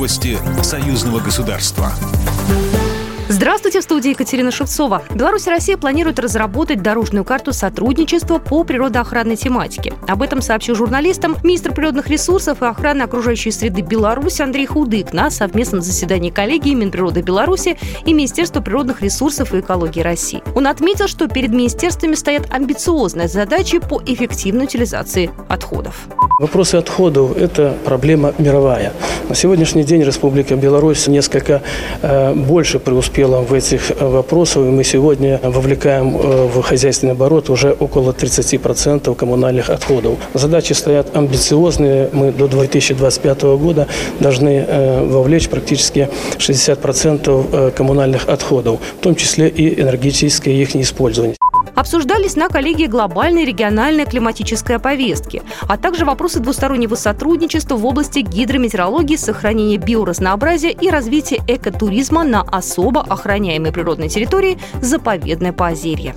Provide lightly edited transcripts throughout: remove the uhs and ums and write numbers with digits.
Новости союзного государства. Здравствуйте, в студии Екатерина Шевцова. Беларусь и Россия планируют разработать дорожную карту сотрудничества по природоохранной тематике. Об этом сообщил журналистам министр природных ресурсов и охраны окружающей среды Беларуси Андрей Худык на совместном заседании коллегии Минприроды Беларуси и Министерства природных ресурсов и экологии России. Он отметил, что перед министерствами стоят амбициозные задачи по эффективной утилизации отходов. Вопросы отходов – это проблема мировая. На сегодняшний день Республика Беларусь несколько больше преуспела в этих вопросах. И мы сегодня вовлекаем в хозяйственный оборот уже около 30% коммунальных отходов. Задачи стоят амбициозные. Мы до 2025 года должны вовлечь практически 60% коммунальных отходов, в том числе и энергетическое их неиспользование. Обсуждались на коллегии глобальной региональной климатической повестки, а также вопросы двустороннего сотрудничества в области гидрометеорологии, сохранения биоразнообразия и развития экотуризма на особо охраняемой природной территории заповедное Поозерье.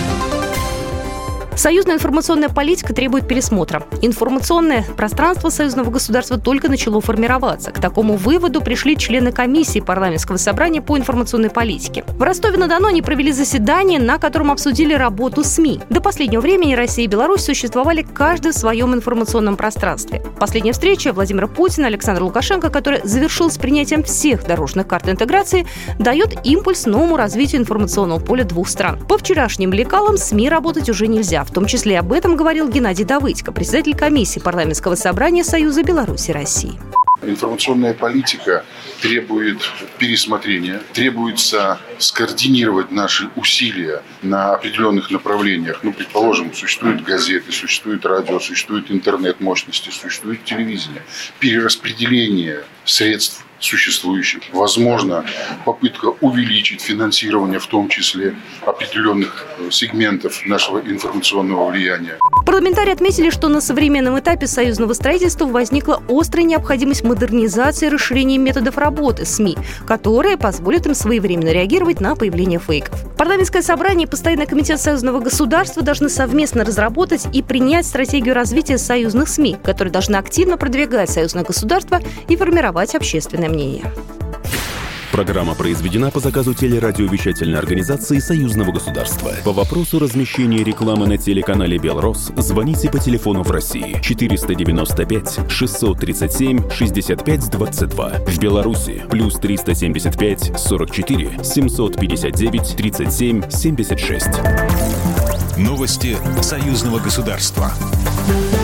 Союзная информационная политика требует пересмотра. Информационное пространство союзного государства только начало формироваться. К такому выводу пришли члены комиссии парламентского собрания по информационной политике. В Ростове-на-Дону они провели заседание, на котором обсудили работу СМИ. До последнего времени Россия и Беларусь существовали каждый в своем информационном пространстве. Последняя встреча Владимира Путина и Александра Лукашенко, которая завершилась принятием всех дорожных карт интеграции, дает импульс новому развитию информационного поля двух стран. По вчерашним лекалам СМИ работать уже нельзя. В том числе об этом говорил Геннадий Давыдько, председатель комиссии парламентского собрания Союза Беларуси и России. Информационная политика требует пересмотрения, требуется скоординировать наши усилия на определенных направлениях. Предположим, существуют газеты, существует радио, существует интернет-мощности, существует телевидение. Перераспределение средств существующих. Возможно, попытка увеличить финансирование, в том числе определенных сегментов нашего информационного влияния. Парламентарии отметили, что на современном этапе союзного строительства возникла острая необходимость модернизации и расширения методов работы СМИ, которые позволят им своевременно реагировать на появление фейков. Парламентское собрание и Постоянный комитет союзного государства должны совместно разработать и принять стратегию развития союзных СМИ, которые должны активно продвигать союзное государство и формировать общественное мнение. Программа произведена по заказу телерадиовещательной организации Союзного государства. По вопросу размещения рекламы на телеканале «Белрос» звоните по телефону в России 495 637 65 22. В Беларуси плюс 375 44 759 37 76. Новости союзного государства.